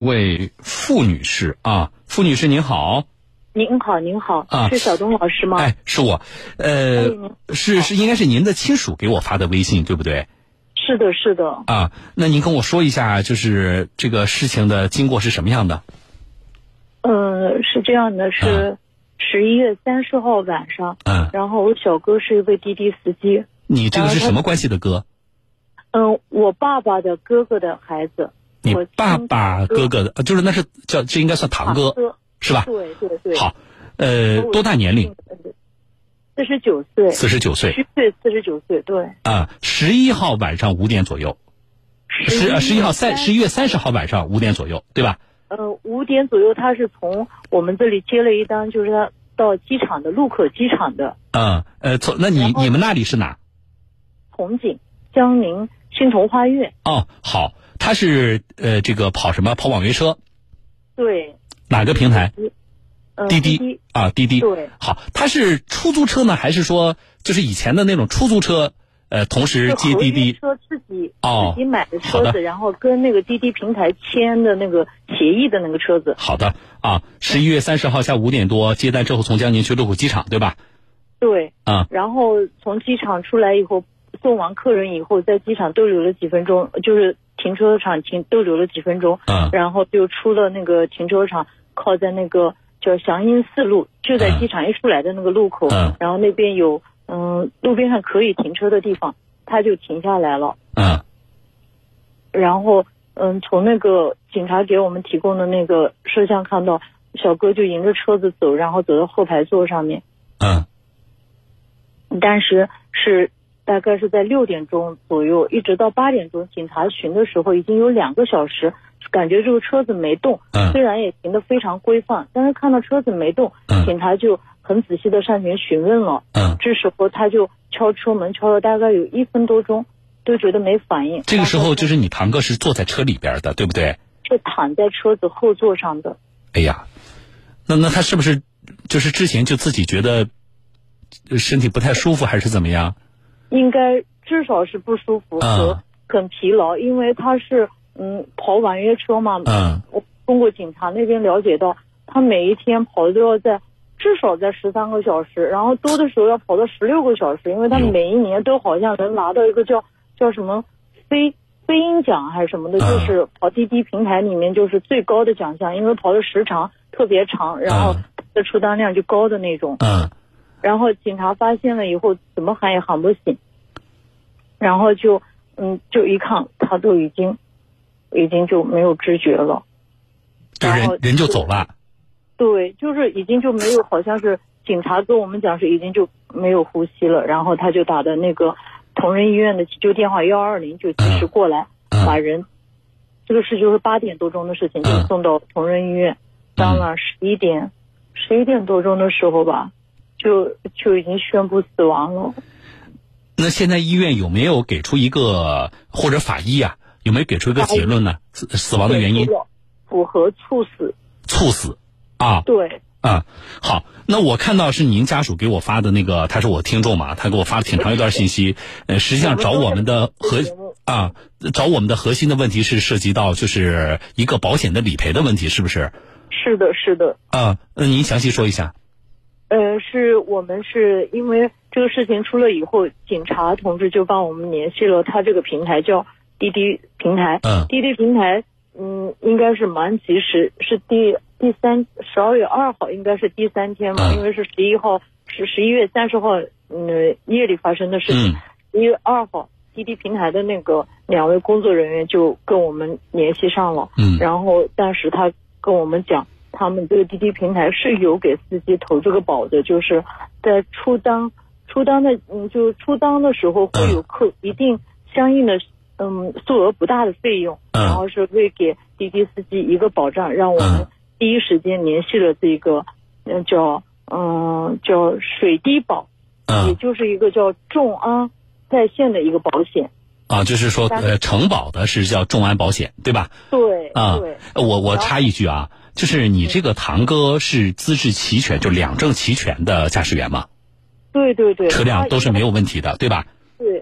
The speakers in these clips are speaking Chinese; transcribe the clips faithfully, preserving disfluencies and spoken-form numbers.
位傅女士啊，傅女士您好。 您好，您好，啊、是小东老师吗？ 哎，是我，呃，哎、是是应该是您的亲属给我发的微信，对不对？ 是的，是的。 啊，那您跟我说一下，就是这个事情的经过是什么样的？ 呃，是这样的，是十一月三十号晚上， 嗯， 然后我小哥是一位滴滴司机。 你这个是什么关系的哥？ 嗯、呃，我爸爸的哥哥的孩子。 你爸爸哥哥的，就是那是叫这应该算堂哥。 哥是吧？ 对对对。 好，呃，多大年龄？ 四十九岁。 四十九岁。 虚岁四十九岁，对。 啊，十一号晚上五点左右。十呃十一号三十一月三十号晚上五点左右，对吧？ 呃，五点左右，他是从我们这里接了一单，就是他到机场的路口机场的。 嗯呃，从那你你们那里是哪？ 红景江宁新潼花苑。 哦，好，他是呃这个跑什么？跑网约车？ 对。 哪个平台？ 呃、 滴滴滴啊，滴滴。 对。 好，它是出租车呢，还是说就是以前的那种出租车？呃，同时接滴滴。 车自己、 哦、 自己买的车子，然后跟那个滴滴平台签的那个协议的那个车子。 好的啊，十一月三十号下午五点多接单之后，从江宁去路口机场，对吧？ 对。 啊。 然后从机场出来以后，送完客人以后，在机场逗留了几分钟，就是停车场停逗留了几分钟。 嗯。 然后就出了那个停车场。靠在那个叫祥英四路，就在机场一出来的那个路口， 嗯、 然后那边有嗯路边上可以停车的地方，他就停下来了。 嗯。 然后嗯从那个警察给我们提供的那个摄像看到，小哥就迎着车子走，然后走到后排座上面。 嗯。 但是是大概是在六点钟左右，一直到八点钟，警察巡的时候已经有两个小时。感觉这个车子没动， 嗯、 虽然也停得非常规范，但是看到车子没动， 嗯、 警察就很仔细的上前询问了。 嗯， 这时候他就敲车门，敲了大概有一分多钟，都觉得没反应。 这个时候就是你堂哥是坐在车里边的，对不对？ 是躺在车子后座上的。 哎呀，那那他是不是就是之前就自己觉得身体不太舒服，还是怎么样？ 应该至少是不舒服和很疲劳，嗯、因为他是。嗯，跑网约车嘛， 嗯， 我通过警察那边了解到，他每一天跑都要在至少在十三个小时，然后多的时候要跑到十六个小时，因为他每一年都好像能拿到一个叫叫什么飞飞鹰奖还是什么的， 嗯、 就是跑滴滴平台里面就是最高的奖项，因为跑的时长特别长，然后的出单量就高的那种。 嗯， 然后警察发现了以后，怎么喊也喊不醒，然后就嗯就一看他都已经。已经就没有知觉了， 就人人就走了。 对，就是已经就没有，好像是警察跟我们讲是已经就没有呼吸了，然后他就打的那个同仁医院的急救电话幺二零，就及时过来、 嗯、 把人。这个事就是八点多钟的事情，就送到同仁医院。当晚十一点，十一点多钟的时候吧，就就已经宣布死亡了。 那现在医院有没有给出一个或者法医啊？有没有给出一个结论呢？死死亡的原因符合猝死。 猝死啊？ 对啊，好，那我看到是您家属给我发的那个，他是我听众嘛，他给我发了挺长一段信息。呃，实际上找我们的核啊，找我们的核心的问题是涉及到就是一个保险的理赔的问题，是不是？ 是的，是的。 啊，那您详细说一下。 呃，是我们是因为这个事情出了以后，警察同志就帮我们联系了他这个平台叫。滴滴平台， 嗯， 滴滴平台，嗯，应该是蛮及时，是第第三十二月二号，应该是第三天嘛， 嗯、 因为是十一号，是十一月三十号，嗯，夜里发生的事情。十一、嗯、月二号，滴滴平台的那个两位工作人员就跟我们联系上了， 嗯， 然后但是他跟我们讲，他们这个滴滴平台是有给司机投这个保的，就是在出单出单的，嗯，就出单的时候会有扣、嗯、一定相应的。嗯，数额不大的费用， 嗯、 然后是为给滴滴司机一个保障，让我们第一时间联系了这个，嗯、呃，叫嗯叫水滴保， 嗯， 也就是一个叫众安在线的一个保险。 啊，就是说呃，承保的是叫众安保险，对吧？ 对， 啊， 对。 我我插一句啊，就是你这个堂哥是资质齐全，就两证齐全的驾驶员吗？ 对对对， 车辆都是没有问题的，对吧？ 对。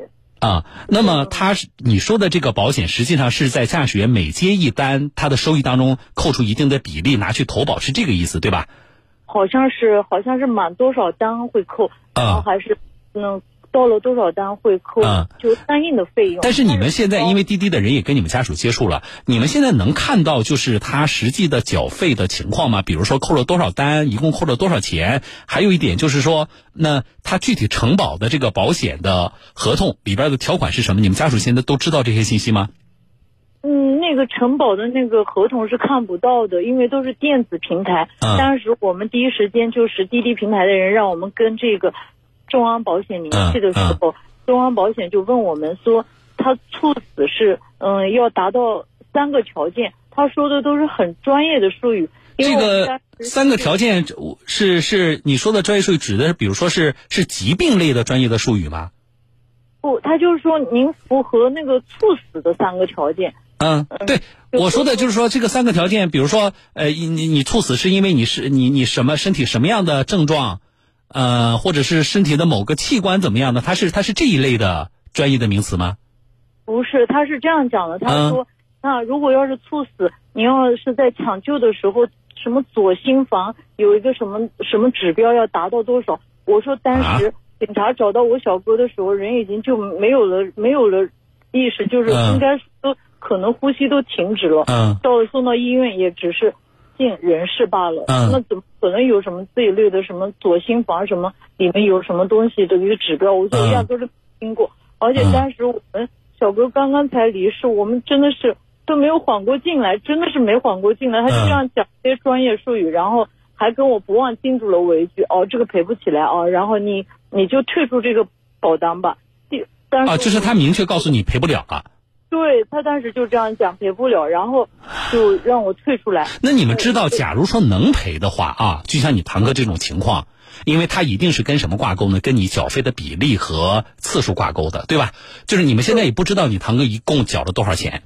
啊，那么他是你说的这个保险，实际上是在驾驶员每接一单，他的收益当中扣除一定的比例拿去投保，是这个意思对吧？ 好像是好像是满多少单会扣， 啊、 然后还是嗯到了多少单会扣， 啊、 就相应的费用。 但是你们现在因为滴滴的人也跟你们家属接触了，你们现在能看到就是他实际的缴费的情况吗？比如说扣了多少单，一共扣了多少钱？还有一点就是说，那他具体承保的这个保险的合同里边的条款是什么？你们家属现在都知道这些信息吗？ 嗯，那个承保的那个合同是看不到的，因为都是电子平台。 嗯、 当时我们第一时间就是滴滴平台的人让我们跟这个众安保险联系的时候，嗯嗯、众安保险就问我们说，他猝死是嗯要达到三个条件，他说的都是很专业的术语。 这个三个条件是是你说的专业术语指的是，比如说是是疾病类的专业的术语吗？ 不，他就是说您符合那个猝死的三个条件。 嗯，对，我说的就是说这个三个条件，比如说，呃，你你猝死是因为你是你你什么身体什么样的症状，呃，或者是身体的某个器官怎么样的，它是它是这一类的专业的名词吗？ 不是，他是这样讲的，他说，那、嗯、如果要是猝死，你要是在抢救的时候，什么左心房有一个什么什么指标要达到多少？我说当时警察找到我小哥的时候，人已经就没有了没有了意识，就是应该都。嗯可能呼吸都停止了，嗯，到了送到医院也只是尽人事罢了，嗯，那怎么可能有什么这一类的什么左心房什么里面有什么东西的一个指标？我说压根儿都没听过，而且当时我们小哥刚刚才离世，我们真的是都没有缓过劲来，真的是没缓过劲来，他就这样讲这些专业术语，然后还跟我不忘叮嘱了我一句，哦，这个赔不起来啊，然后你你就退出这个保单吧。但是啊，就是他明确告诉你赔不了了。 对，他当时就这样讲，赔不了，然后就让我退出来。 那你们知道，假如说能赔的话啊，就像你堂哥这种情况，因为他一定是跟什么挂钩呢？跟你缴费的比例和次数挂钩的，对吧？就是你们现在也不知道你堂哥一共缴了多少钱。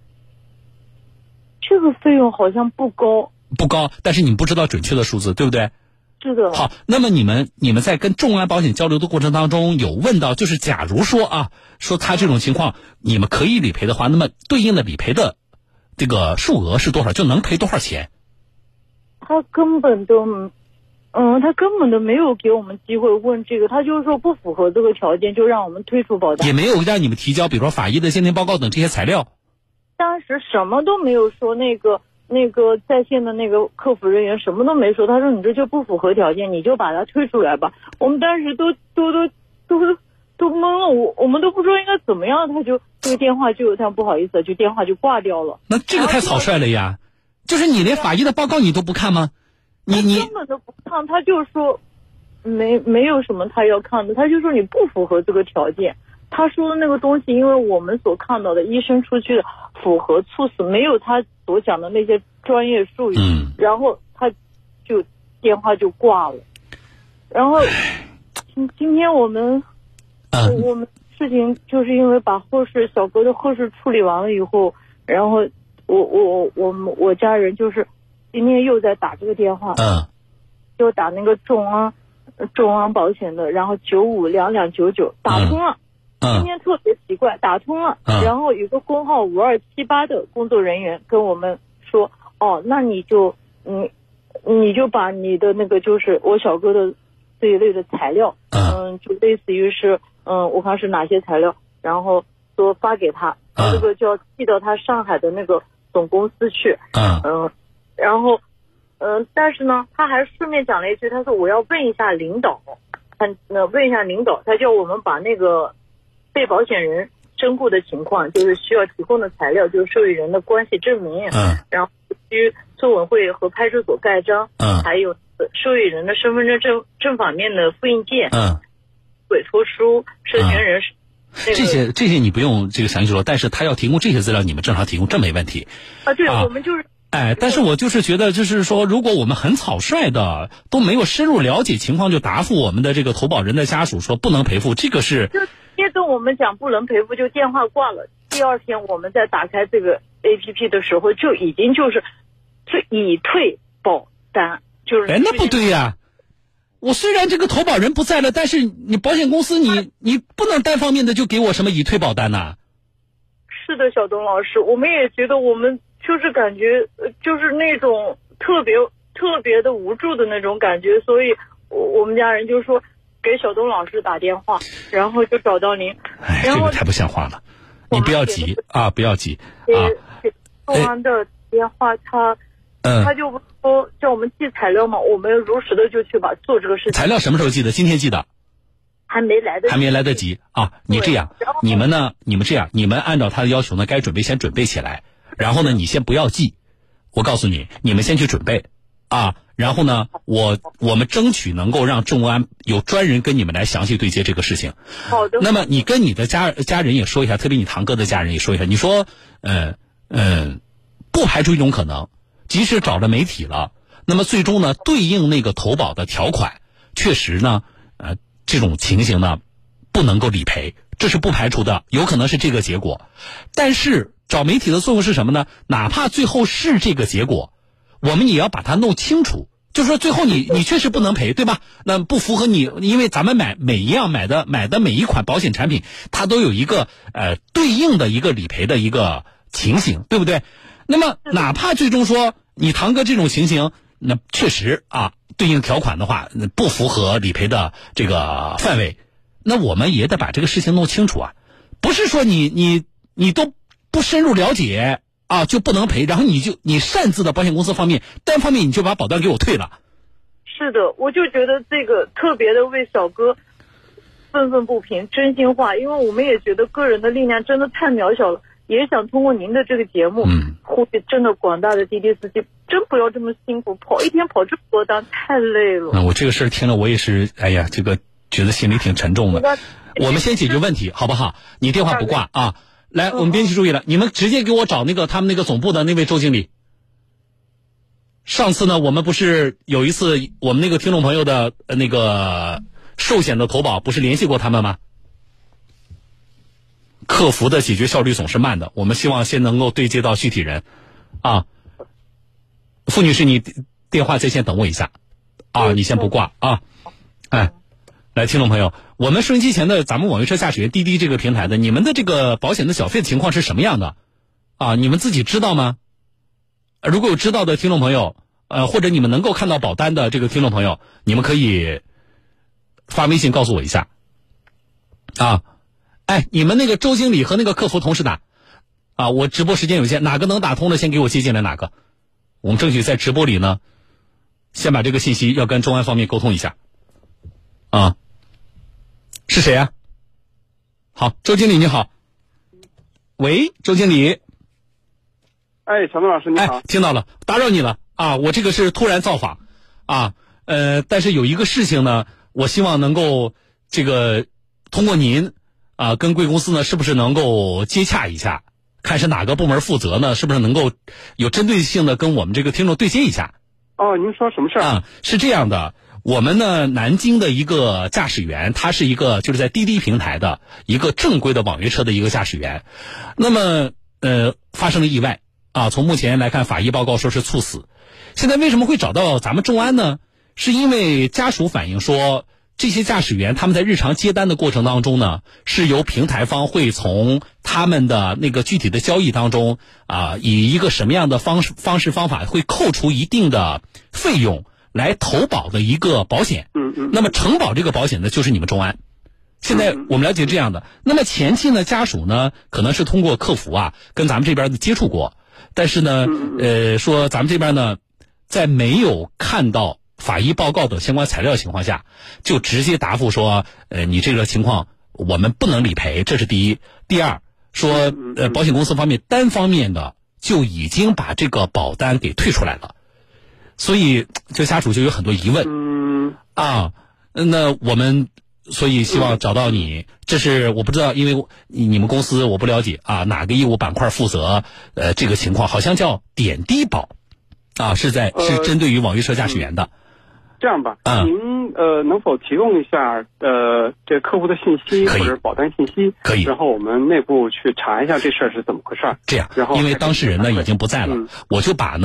这个费用好像不高。 不高，但是你们不知道准确的数字，对不对？ 是的。 好，那么你们你们在跟众安保险交流的过程当中，有问到，就是假如说啊，说他这种情况，你们可以理赔的话，那么对应的理赔的这个数额是多少，就能赔多少钱？ 他根本都，嗯，他根本都没有给我们机会问这个，他就是说不符合这个条件，就让我们退出保单， 也没有让你们提交，比如说法医的鉴定报告等这些材料。 当时什么都没有说，那个。那个在线的那个客服人员什么都没说，他说你这就不符合条件，你就把它退出来吧。我们当时都都都都都懵了，我我们都不知道应该怎么样，他就这个电话就他不好意思，就电话就挂掉了。 那这个太草率了呀！就是你连法医的报告你都不看吗？你你根本都不看，他就说没没有什么他要看的，他就说你不符合这个条件。他说的那个东西，因为我们所看到的医生出去的符合猝死，没有他所讲的那些专业术语， 嗯， 然后他就电话就挂了。然后今今天我们， 啊、 我们事情就是因为把后事小哥的后事处理完了以后，然后我我我们我家人就是今天又在打这个电话， 嗯， 就打那个众安众安保险的，然后九五两两九九打通了。 嗯今天特别奇怪，打通了， 嗯、 然后有个工号五二七八的工作人员跟我们说，哦，那你就嗯，你就把你的那个就是我小哥的这一类的材料，嗯，就类似于是嗯，我看是哪些材料，然后说发给他， 嗯、 这个就要寄到他上海的那个总公司去， 嗯， 嗯，然后嗯，但是呢，他还顺便讲了一句，他说我要问一下领导，他呃问一下领导，他叫我们把那个。被保险人身故的情况，就是需要提供的材料，就是受益人的关系证明， 嗯， 然后需村委会和派出所盖章， 嗯， 还有受益人的身份证正正反面的复印件， 嗯， 委托书、授权人、 嗯那个、这些这些你不用这个详细说，但是他要提供这些资料，你们正常提供，这没问题。 啊，对， 啊、 我们就是。 哎，但是我就是觉得，就是说，如果我们很草率的，都没有深入了解情况就答复我们的这个投保人的家属说不能赔付，这个是就直接跟我们讲不能赔付，就电话挂了。第二天我们在打开这个 A P P 的时候，就已经就是退已退保单，就是哎，那不对呀、啊， 我虽然这个投保人不在了，但是你保险公司你你不能单方面的就给我什么已退保单呐、啊。 是的，小东老师，我们也觉得我们就是感觉就是那种特别特别的无助的那种感觉，所以我我们家人就说给小东老师打电话，然后就找到您。 哎，这个太不像话了，你不要急啊，不要急啊。 送完的电话他。嗯，他就说叫我们寄材料嘛，我们如实的就去把做这个事情。 材料什么时候寄的？今天寄的？ 还没来得及， 还没来得及啊！你这样，你们呢？你们这样，你们按照他的要求呢，该准备先准备起来。然后呢，你先不要寄，我告诉你，你们先去准备啊。然后呢，我我们争取能够让众安有专人跟你们来详细对接这个事情。 好的。 那么你跟你的家家人也说一下，特别你堂哥的家人也说一下，你说，嗯嗯，不排除一种可能。即使找了媒体了，那么最终呢，对应那个投保的条款，确实呢，呃，这种情形呢，不能够理赔，这是不排除的，有可能是这个结果。但是找媒体的作用是什么呢？哪怕最后是这个结果，我们也要把它弄清楚，就是说最后你你确实不能赔，对吧？那不符合你，因为咱们买每一样买的买的每一款保险产品，它都有一个呃对应的一个理赔的一个情形，对不对？那么哪怕最终说你堂哥这种情形，那确实啊对应条款的话不符合理赔的这个范围，那我们也得把这个事情弄清楚啊，不是说你你你都不深入了解啊就不能赔，然后你就你擅自的保险公司方面单方面你就把保单给我退了。 是的，我就觉得这个特别的为小哥愤愤不平，真心话，因为我们也觉得个人的力量真的太渺小了。也想通过您的这个节目，嗯，呼吁真的广大的滴滴司机，真不要这么辛苦，跑一天跑这么多单，太累了。 那我这个事儿听了，我也是，哎呀，这个觉得心里挺沉重的。我们先解决问题，好不好？你电话不挂啊！来，我们编辑注意了，你们直接给我找那个他们那个总部的那位周经理。上次呢，我们不是有一次我们那个听众朋友的呃那个寿险的投保，不是联系过他们吗？客服的解决效率总是慢的，我们希望先能够对接到具体人啊。付女士，你电话在线等我一下啊，你先不挂啊。哎，来，听众朋友，我们收音机前的咱们网约车驾驶员滴滴这个平台的，你们的这个保险的缴费的情况是什么样的啊？你们自己知道吗？如果有知道的听众朋友，呃，或者你们能够看到保单的这个听众朋友，你们可以发微信告诉我一下啊。哎，你们那个周经理和那个客服同时打啊，我直播时间有限，哪个能打通的先给我接进来哪个，我们争取在直播里呢先把这个信息要跟中安方面沟通一下啊。是谁啊？好，周经理你好。喂，周经理。 哎，小东老师你好。 哎，听到了，打扰你了啊，我这个是突然造访啊，呃，但是有一个事情呢，我希望能够这个通过您啊，跟贵公司呢，是不是能够接洽一下，看是哪个部门负责呢？是不是能够有针对性的跟我们这个听众对接一下？ 哦，您说什么事儿啊？是这样的，我们呢，南京的一个驾驶员，他是一个就是在滴滴平台的一个正规的网约车的一个驾驶员，那么呃发生了意外啊，从目前来看，法医报告说是猝死。现在为什么会找到咱们众安呢？是因为家属反映说，这些驾驶员他们在日常接单的过程当中呢，是由平台方会从他们的那个具体的交易当中啊，以一个什么样的方式方式方法会扣除一定的费用来投保的一个保险。 嗯嗯。 那么承保这个保险呢，就是你们众安。现在我们了解这样的，那么前期呢，家属呢可能是通过客服啊跟咱们这边的接触过，但是呢，呃，说咱们这边呢，在没有看到法医报告等相关材料的情况下，就直接答复说，呃，你这个情况我们不能理赔，这是第一。第二，说呃，保险公司方面单方面的就已经把这个保单给退出来了，所以这家属就有很多疑问。 嗯啊，那我们所以希望找到你，这是我不知道，因为你们公司我不了解啊，哪个业务板块负责呃这个情况，好像叫点滴保啊，是在是针对于网约车驾驶员的。呃这样吧， 嗯、 您呃能否提供一下呃这客户的信息或者保单信息？ 可以， 然后我们内部去查一下这事儿是怎么回事。 这样， 然后因为当事人呢已经不在了， 嗯、 我就把呢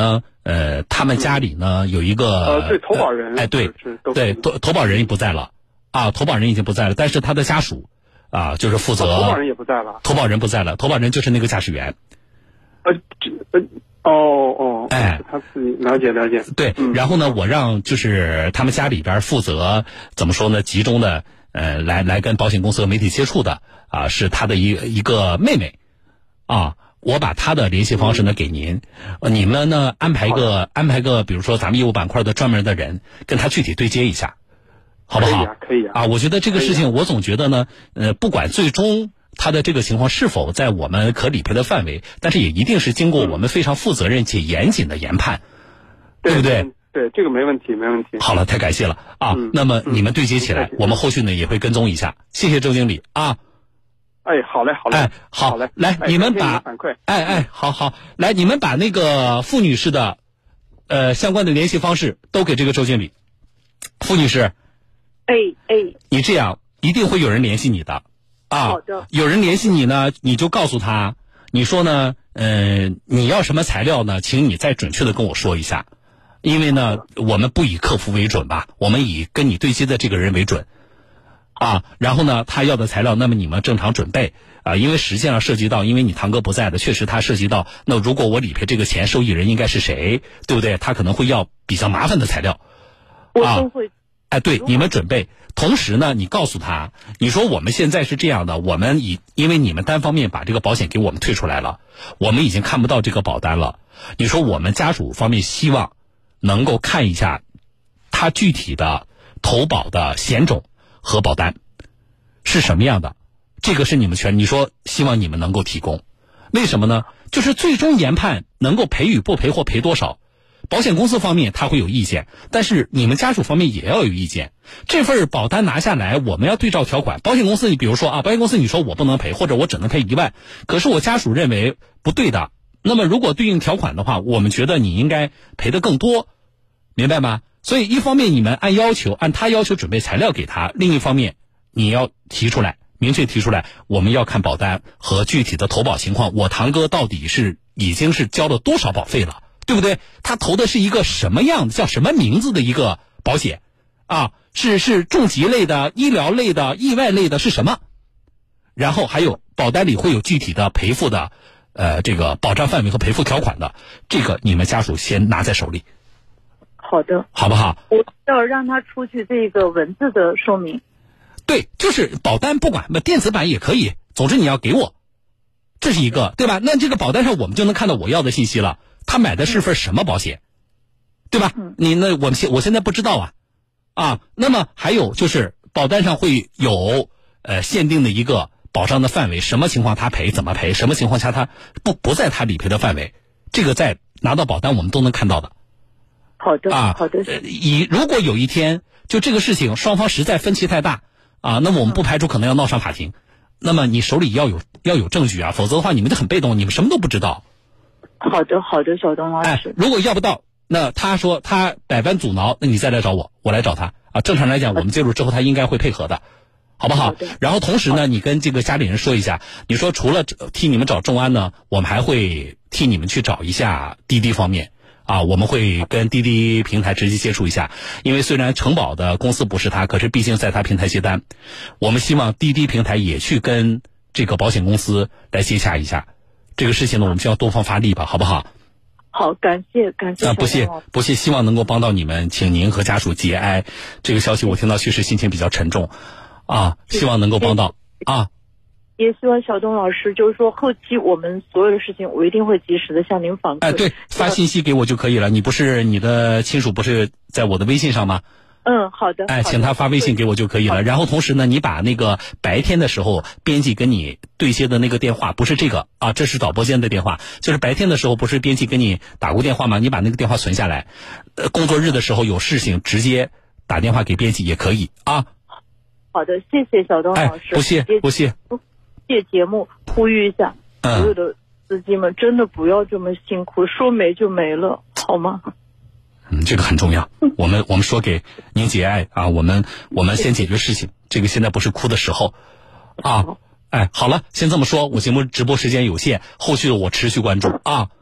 呃，他们家里呢有一个呃，对，投保人， 哎，对，对，投投保人也不在了啊，投保人已经不在了，但是他的家属啊，就是负责。 投保人也不在了。 投保人不在了，投保人就是那个驾驶员。 呃，这呃，哦哦， 哎， 他自己了解了解。 对， 嗯、 然后呢，我让就是他们家里边负责怎么说呢，集中的呃来来跟保险公司和媒体接触的啊，是他的一一个妹妹啊。我把他的联系方式呢给您，呃，你们呢安排个安排个，比如说咱们业务板块的专门的人跟他具体对接一下，好不好？ 可以啊，可以啊。 啊，我觉得这个事情，我总觉得呢，呃，不管最终他的这个情况是否在我们可理赔的范围，但是也一定是经过我们非常负责任且严谨的研判，对不对？ 对，这个没问题，没问题。 好了，太感谢了啊！ 嗯、 那么你们对接起来，嗯、我们后续呢也会跟踪一下。谢谢周经理啊。 哎，好嘞，好嘞， 哎，好， 好嘞， 来， 哎、 你们把反馈， 哎哎，好好，来，你们把那个傅女士的，呃，相关的联系方式都给这个周经理。傅女士， 哎哎， 你这样一定会有人联系你的，啊， 好的， 有人联系你呢，你就告诉他，你说呢，呃，你要什么材料呢？请你再准确的跟我说一下，因为呢，我们不以客服为准吧，我们以跟你对接的这个人为准。啊，然后呢，他要的材料，那么你们正常准备啊，因为实际上涉及到，因为你堂哥不在的，确实他涉及到，那如果我理赔这个钱，受益人应该是谁，对不对？他可能会要比较麻烦的材料， 我都会。 啊、哎，对，你们准备。同时呢，你告诉他，你说我们现在是这样的，我们以因为你们单方面把这个保险给我们退出来了，我们已经看不到这个保单了。你说我们家属方面希望能够看一下他具体的投保的险种和保单是什么样的，这个是你们权，你说希望你们能够提供，为什么呢？就是最终研判能够赔与不赔或赔多少，保险公司方面他会有意见，但是你们家属方面也要有意见。这份保单拿下来，我们要对照条款。保险公司，你比如说啊，保险公司你说我不能赔，或者我只能赔一万，可是我家属认为不对的，那么如果对应条款的话，我们觉得你应该赔得更多，明白吗？所以一方面你们按要求按他要求准备材料给他，另一方面你要提出来，明确提出来，我们要看保单和具体的投保情况，我堂哥到底是已经是交了多少保费了，对不对？他投的是一个什么样的叫什么名字的一个保险啊？是是重疾类的、医疗类的、意外类的是什么？然后还有保单里会有具体的赔付的呃这个保障范围和赔付条款的，这个你们家属先拿在手里。 好的， 好不好？ 我要让他出具这个文字的说明。 对，就是保单不管电子版也可以，总之你要给我，这是一个，对吧？那这个保单上我们就能看到我要的信息了，他买的是份什么保险，对吧？ 嗯、 你那我们现我现在不知道啊，啊，那么还有就是保单上会有呃限定的一个保障的范围，什么情况他赔怎么赔，什么情况下他不不在他理赔的范围，这个在拿到保单我们都能看到的。 好的啊， 好的。 以如果有一天就这个事情双方实在分歧太大啊，那么我们不排除可能要闹上法庭。那么你手里要有要有证据啊，否则的话你们就很被动，你们什么都不知道。 好的好的，小东老师。 哎，如果要不到，那他说他百般阻挠，那你再来找我，我来找他啊。正常来讲，我们介入之后，他应该会配合的，好不好？然后同时呢，你跟这个家里人说一下，你说除了替你们找众安呢，我们还会替你们去找一下滴滴方面。啊，我们会跟滴滴平台直接接触一下，因为虽然承保的公司不是他，可是毕竟在他平台接单，我们希望滴滴平台也去跟这个保险公司来接洽一下，这个事情呢，我们就要多方发力吧，好不好？ 好，感谢感谢。 啊，不谢不谢，希望能够帮到你们，请您和家属节哀。这个消息我听到确实心情比较沉重，啊，希望能够帮到啊。 也希望小东老师就是说后期我们所有的事情我一定会及时的向您反馈。 哎，对，发信息给我就可以了。你不是你的亲属不是在我的微信上吗？ 嗯，好的。 哎，请他发微信给我就可以了。然后同时呢，你把那个白天的时候编辑跟你对接的那个电话，不是这个啊，这是导播间的电话，就是白天的时候不是编辑跟你打过电话吗？你把那个电话存下来，呃，工作日的时候有事情直接打电话给编辑也可以啊。 好的，谢谢小东老师。 哎，不谢不谢。 借节目呼吁一下， 嗯、 所有的司机们真的不要这么辛苦，说没就没了，好吗？ 嗯，这个很重要。我们我们说给您节哀啊，我们我们先解决事情，这个现在不是哭的时候啊。哎，好了，先这么说，我节目直播时间有限，后续的我持续关注啊。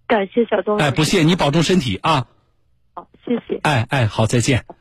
感谢小东老师。 哎，不谢，你保重身体啊。 好，谢谢。 哎哎，好，再见。